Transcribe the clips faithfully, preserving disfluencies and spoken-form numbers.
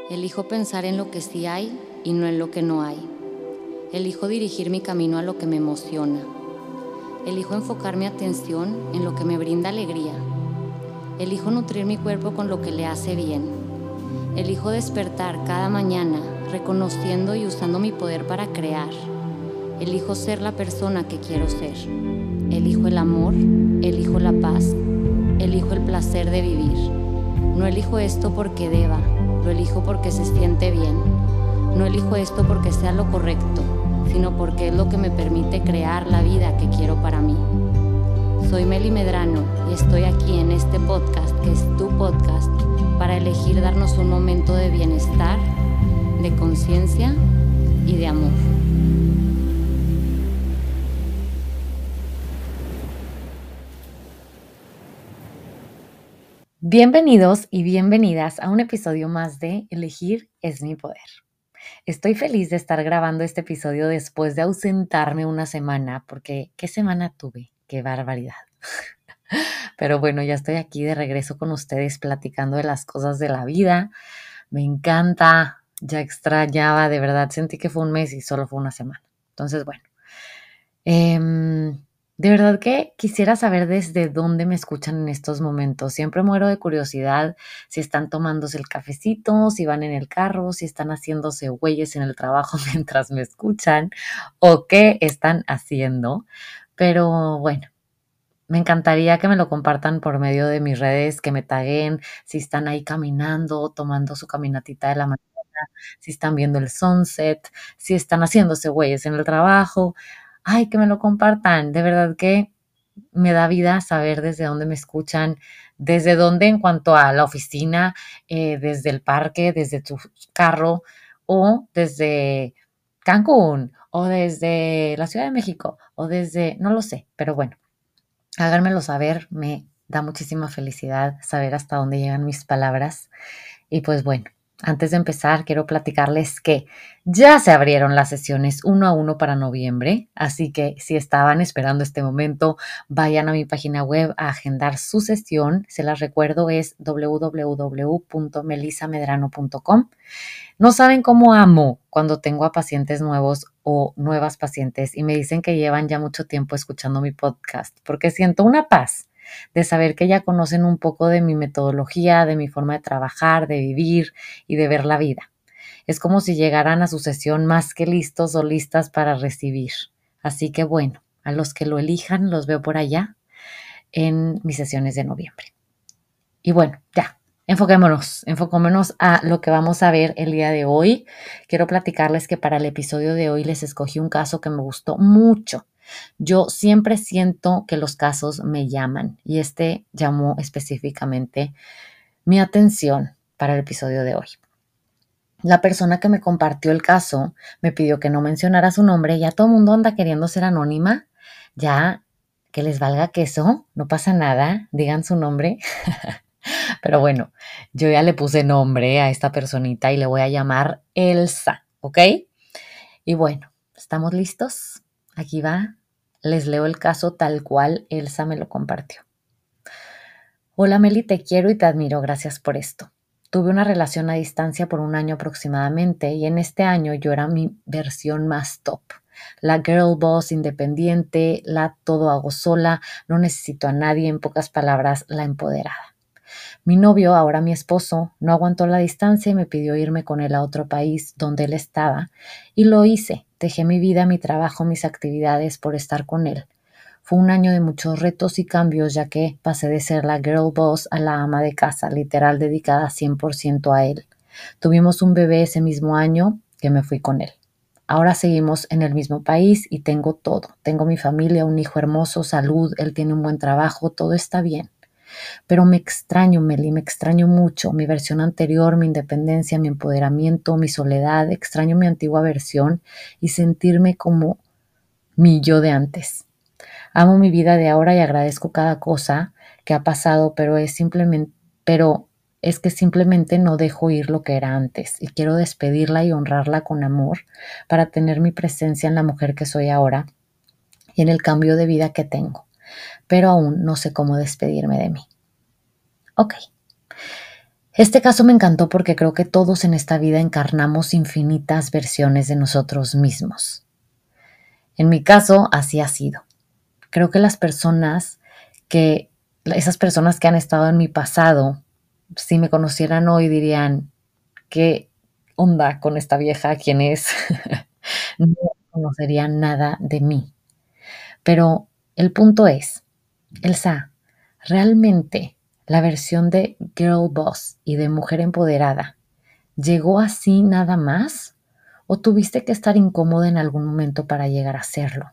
Elijo pensar en lo que sí hay y no en lo que no hay. Elijo dirigir mi camino a lo que me emociona. Elijo enfocar mi atención en lo que me brinda alegría. Elijo nutrir mi cuerpo con lo que le hace bien. Elijo despertar cada mañana reconociendo y usando mi poder para crear. Elijo ser la persona que quiero ser. Elijo el amor, elijo la paz, elijo el placer de vivir. No elijo esto porque deba, lo elijo porque se siente bien. No elijo esto porque sea lo correcto, sino porque es lo que me permite crear la vida que quiero para mí. Soy Meli Medrano y estoy aquí en este podcast, que es tu podcast, para elegir darnos un momento de bienestar, de conciencia y de amor. Bienvenidos y bienvenidas a un episodio más de Elegir es mi poder. Estoy feliz de estar grabando este episodio después de ausentarme una semana, porque ¿qué semana tuve? ¡Qué barbaridad! Pero bueno, ya estoy aquí de regreso con ustedes platicando de las cosas de la vida. Me encanta, ya extrañaba, de verdad sentí que fue un mes y solo fue una semana. Entonces, bueno, eh, de verdad que quisiera saber desde dónde me escuchan en estos momentos. Siempre muero de curiosidad si están tomándose el cafecito, si van en el carro, si están haciéndose güeyes en el trabajo mientras me escuchan o qué están haciendo. Pero bueno, me encantaría que me lo compartan por medio de mis redes, que me taguen si están ahí caminando, tomando su caminatita de la mañana, si están viendo el sunset, si están haciéndose güeyes en el trabajo. Ay, que me lo compartan. De verdad que me da vida saber desde dónde me escuchan, desde dónde en cuanto a la oficina, eh, desde el parque, desde tu carro o desde Cancún o desde la Ciudad de México o desde, no lo sé, pero bueno, háganmelo saber, me da muchísima felicidad saber hasta dónde llegan mis palabras. Y pues bueno, antes de empezar, quiero platicarles que ya se abrieron las sesiones uno a uno para noviembre, así que si estaban esperando este momento, vayan a mi página web a agendar su sesión. Se las recuerdo, es doble u doble u doble u punto melisa medrano punto com. No saben cómo amo cuando tengo a pacientes nuevos o nuevas pacientes y me dicen que llevan ya mucho tiempo escuchando mi podcast, porque siento una paz de saber que ya conocen un poco de mi metodología, de mi forma de trabajar, de vivir y de ver la vida. Es como si llegaran a su sesión más que listos o listas para recibir. Así que bueno, a los que lo elijan los veo por allá en mis sesiones de noviembre. Y bueno, ya, enfoquémonos, enfoquémonos a lo que vamos a ver el día de hoy. Quiero platicarles que para el episodio de hoy les escogí un caso que me gustó mucho. Yo siempre siento que los casos me llaman y este llamó específicamente mi atención para el episodio de hoy. La persona que me compartió el caso me pidió que no mencionara su nombre. Ya todo el mundo anda queriendo ser anónima. Ya que les valga queso, no pasa nada, digan su nombre. Pero bueno, yo ya le puse nombre a esta personita y le voy a llamar Elsa, ¿ok? Y bueno, ¿estamos listos? Aquí va. Les leo el caso tal cual Elsa me lo compartió. Hola Meli, te quiero y te admiro, gracias por esto. Tuve una relación a distancia por un año aproximadamente y en este año yo era mi versión más top. La girl boss independiente, la todo hago sola, no necesito a nadie, en pocas palabras, la empoderada. Mi novio, ahora mi esposo, no aguantó la distancia y me pidió irme con él a otro país donde él estaba y lo hice. Dejé mi vida, mi trabajo, mis actividades por estar con él. Fue un año de muchos retos y cambios, ya que pasé de ser la girl boss a la ama de casa, literal dedicada cien por ciento a él. Tuvimos un bebé ese mismo año que me fui con él. Ahora seguimos en el mismo país y tengo todo. Tengo mi familia, un hijo hermoso, salud, él tiene un buen trabajo, todo está bien. Pero me extraño, Meli, me extraño mucho. Mi versión anterior, mi independencia, mi empoderamiento, mi soledad. Extraño mi antigua versión y sentirme como mi yo de antes. Amo mi vida de ahora y agradezco cada cosa que ha pasado, pero es simplemente, pero es que simplemente no dejo ir lo que era antes y quiero despedirla y honrarla con amor para tener mi presencia en la mujer que soy ahora y en el cambio de vida que tengo. Pero aún no sé cómo despedirme de mí. Ok. Este caso me encantó porque creo que todos en esta vida encarnamos infinitas versiones de nosotros mismos. En mi caso, así ha sido. Creo que las personas que, esas personas que han estado en mi pasado, si me conocieran hoy dirían, ¿qué onda con esta vieja? ¿Quién es? No conocerían nada de mí. Pero el punto es, Elsa, ¿realmente la versión de Girl Boss y de mujer empoderada llegó así nada más? ¿O tuviste que estar incómoda en algún momento para llegar a serlo?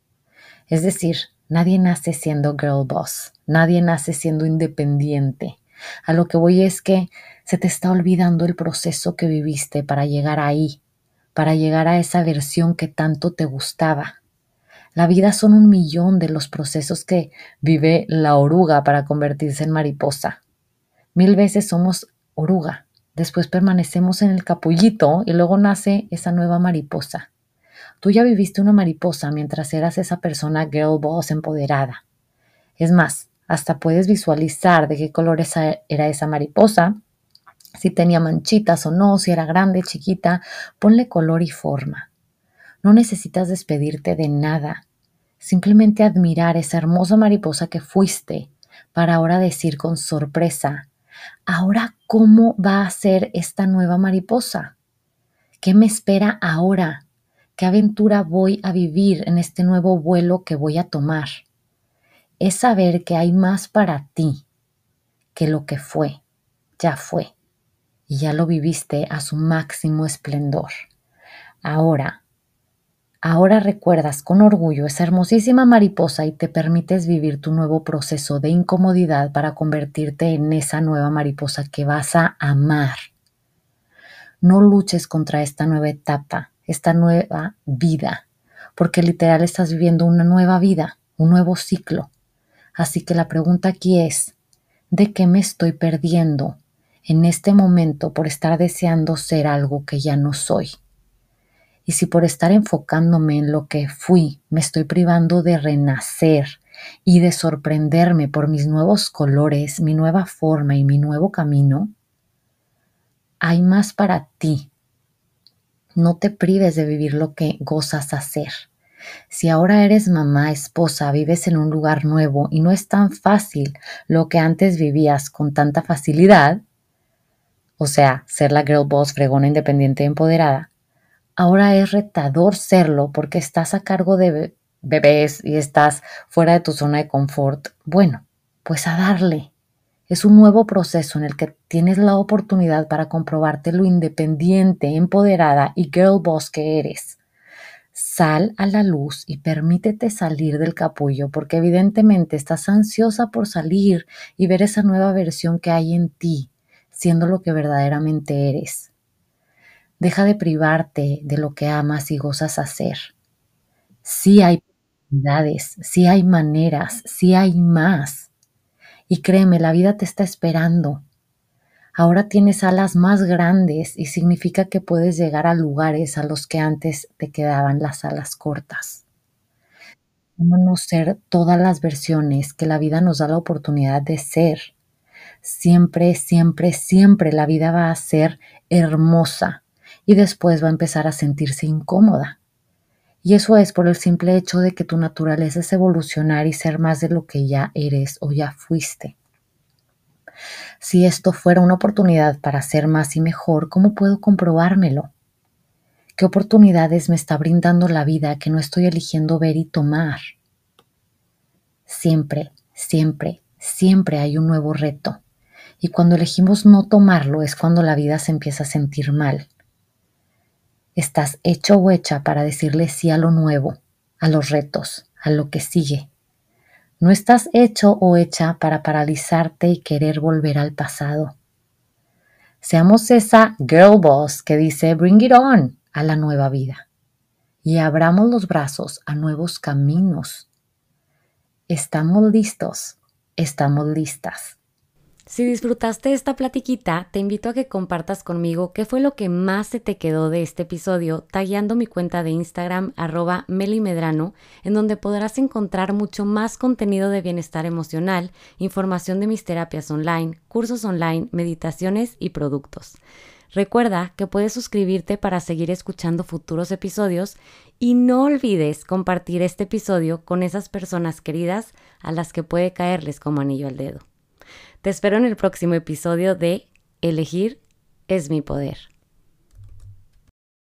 Es decir, nadie nace siendo girl boss, nadie nace siendo independiente. A lo que voy es que se te está olvidando el proceso que viviste para llegar ahí, para llegar a esa versión que tanto te gustaba. La vida son un millón de los procesos que vive la oruga para convertirse en mariposa. Mil veces somos oruga, después permanecemos en el capullito y luego nace esa nueva mariposa. Tú ya viviste una mariposa mientras eras esa persona girl boss empoderada. Es más, hasta puedes visualizar de qué color era esa mariposa, si tenía manchitas o no, si era grande, chiquita, ponle color y forma. No necesitas despedirte de nada, simplemente admirar esa hermosa mariposa que fuiste para ahora decir con sorpresa, ¿ahora cómo va a ser esta nueva mariposa? ¿Qué me espera ahora? ¿Qué aventura voy a vivir en este nuevo vuelo que voy a tomar? Es saber que hay más para ti que lo que fue, ya fue, y ya lo viviste a su máximo esplendor. Ahora, ahora recuerdas con orgullo esa hermosísima mariposa y te permites vivir tu nuevo proceso de incomodidad para convertirte en esa nueva mariposa que vas a amar. No luches contra esta nueva etapa, esta nueva vida, porque literal estás viviendo una nueva vida, un nuevo ciclo. Así que la pregunta aquí es, ¿de qué me estoy perdiendo en este momento por estar deseando ser algo que ya no soy? Y si por estar enfocándome en lo que fui, me estoy privando de renacer y de sorprenderme por mis nuevos colores, mi nueva forma y mi nuevo camino, hay más para ti. No te prives de vivir lo que gozas hacer. Si ahora eres mamá, esposa, vives en un lugar nuevo y no es tan fácil lo que antes vivías con tanta facilidad, o sea, ser la girl boss fregona, independiente y empoderada, ahora es retador serlo porque estás a cargo de be- bebés y estás fuera de tu zona de confort. Bueno, pues a darle. Es un nuevo proceso en el que tienes la oportunidad para comprobarte lo independiente, empoderada y girl boss que eres. Sal a la luz y permítete salir del capullo porque evidentemente estás ansiosa por salir y ver esa nueva versión que hay en ti, siendo lo que verdaderamente eres. Deja de privarte de lo que amas y gozas hacer. Sí hay posibilidades, sí hay maneras, sí hay más. Y créeme, la vida te está esperando. Ahora tienes alas más grandes y significa que puedes llegar a lugares a los que antes te quedaban las alas cortas. ¿Cómo no ser todas las versiones que la vida nos da la oportunidad de ser? Siempre, siempre, siempre la vida va a ser hermosa y después va a empezar a sentirse incómoda. Y eso es por el simple hecho de que tu naturaleza es evolucionar y ser más de lo que ya eres o ya fuiste. Si esto fuera una oportunidad para ser más y mejor, ¿cómo puedo comprobármelo? ¿Qué oportunidades me está brindando la vida que no estoy eligiendo ver y tomar? Siempre, siempre, siempre hay un nuevo reto. Y cuando elegimos no tomarlo es cuando la vida se empieza a sentir mal. Estás hecho o hecha para decirle sí a lo nuevo, a los retos, a lo que sigue. No estás hecho o hecha para paralizarte y querer volver al pasado. Seamos esa girl boss que dice bring it on a la nueva vida y abramos los brazos a nuevos caminos. Estamos listos, estamos listas. Si disfrutaste esta platiquita, te invito a que compartas conmigo qué fue lo que más se te quedó de este episodio, tagueando mi cuenta de Instagram, arroba melimedrano, en donde podrás encontrar mucho más contenido de bienestar emocional, información de mis terapias online, cursos online, meditaciones y productos. Recuerda que puedes suscribirte para seguir escuchando futuros episodios y no olvides compartir este episodio con esas personas queridas a las que puede caerles como anillo al dedo. Te espero en el próximo episodio de Elegir es mi poder.